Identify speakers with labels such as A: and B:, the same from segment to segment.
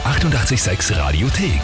A: 886 Radiothek.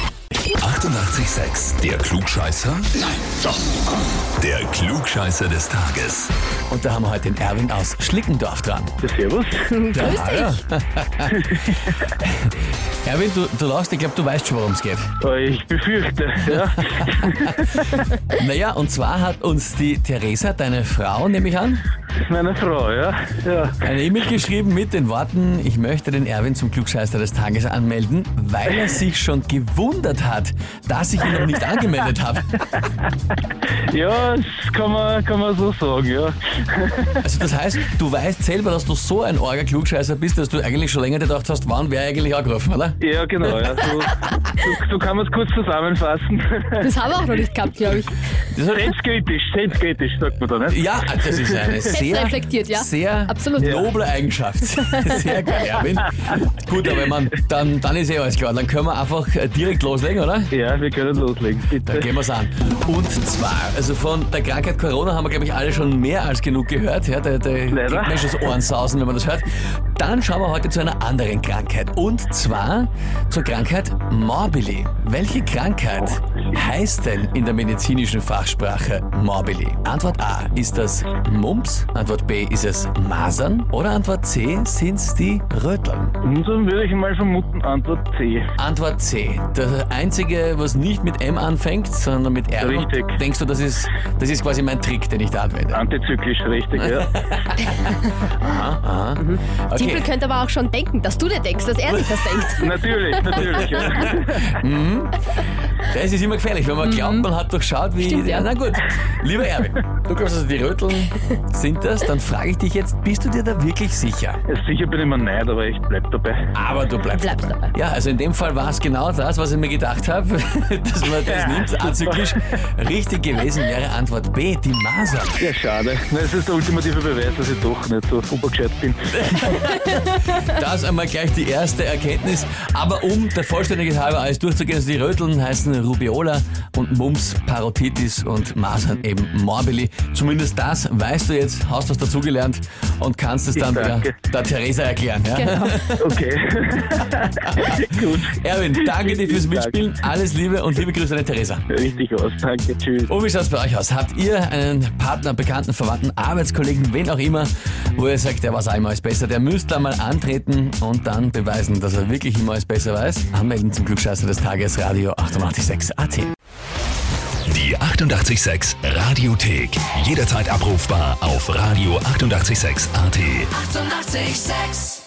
A: 88,6. Der Klugscheißer? Nein, doch. Der Klugscheißer des Tages.
B: Und da haben wir heute den Erwin aus Schlickendorf dran.
C: Ja, servus.
B: Grüß dich. Erwin, du lachst, ich glaube, du weißt schon, worum es geht.
C: Ich befürchte, ja.
B: Naja, und zwar hat uns die Theresa, deine Frau, nehme ich an,
C: Meine Frau, ja.
B: eine E-Mail geschrieben mit den Worten: Ich möchte den Erwin zum Klugscheißer des Tages anmelden, weil er sich schon gewundert hat, dass ich ihn noch nicht angemeldet habe.
C: Ja, das kann man so sagen, ja.
B: Also das heißt, du weißt selber, dass du so ein arger Klugscheißer bist, dass du eigentlich schon länger gedacht hast, wann wäre eigentlich angerufen, oder?
C: Ja, genau, ja. So kann man es kurz zusammenfassen.
D: Das haben wir auch noch nicht gehabt, glaube ich.
C: Selbstkritisch, sagt man da, nicht?
B: Ja, das ist eine
D: Selbstreflektiert, ja.
B: sehr
D: Absolut.
B: noble Eigenschaft. Sehr geil, Erwin. Gut, aber dann ist alles klar. Dann können wir einfach direkt loslegen, oder?
C: Ja, wir können loslegen,
B: Dann
C: bitte.
B: gehen wir es an. Und zwar, also von der Krankheit Corona haben wir, glaube ich, alle schon mehr als genug gehört. Ja, da geht
C: Leider.
B: mir schon das Ohrensausen, wenn man das hört. Dann schauen wir heute zu einer anderen Krankheit. Und zwar zur Krankheit Morbili. Welche Krankheit heißt denn in der medizinischen Fachsprache Morbili? Antwort A, ist das Mumps? Antwort B, ist es Masern? Oder Antwort C, sind es die Röteln?
C: Und dann würde ich mal vermuten, Antwort C.
B: Antwort C. Das Einzige, was nicht mit M anfängt, sondern mit R.
C: Richtig.
B: Und denkst du, das ist quasi mein Trick, den ich da anwende?
C: Antizyklisch, richtig, ja.
B: Aha.
D: Tippel
B: Okay.
D: könnte aber auch schon denken, dass du dir denkst, dass er sich das denkt.
C: Natürlich, ja.
B: Das ist immer gefährlich, wenn man glaubt, man hat durchschaut, wie...
D: Stimmt, ja.
B: Na gut. Lieber Erwin, du glaubst also, die Röteln sind das. Dann frage ich dich jetzt, bist du dir da wirklich sicher?
C: Sicher bin ich mir nicht, aber ich bleib dabei.
B: Aber du bleibst dabei. Ja, also in dem Fall war es genau das, was ich mir gedacht habe, dass man das nimmt, azyklisch. Richtig gewesen wäre Antwort B, die Masern.
C: Ja, schade. Das ist der ultimative Beweis, dass ich doch nicht so obergescheit bin.
B: Das einmal gleich die erste Erkenntnis. Aber um der Vollständigkeit halber alles durchzugehen, also die Röteln heißen Rubeola und Mumps Parotitis und Masern eben Morbili. Zumindest das weißt du jetzt, hast was dazugelernt und kannst es dann der Theresa erklären. Ja?
D: Genau.
C: Okay. Gut.
B: Erwin, danke dir fürs Mitspielen. Alles Liebe und liebe Grüße an die Theresa.
C: Richtig aus. Danke. Tschüss.
B: Und wie schaut es bei euch aus? Habt ihr einen Partner, Bekannten, Verwandten, Arbeitskollegen, wen auch immer, wo ihr sagt, der weiß auch immer alles besser, der müsste einmal antreten und dann beweisen, dass er wirklich immer alles besser weiß? Anmelden zum Klugscheißer des Tages, Radio 886 AT.
A: Die 88,6 Radiothek. Jederzeit abrufbar auf Radio 88,6 AT.
E: 88,6.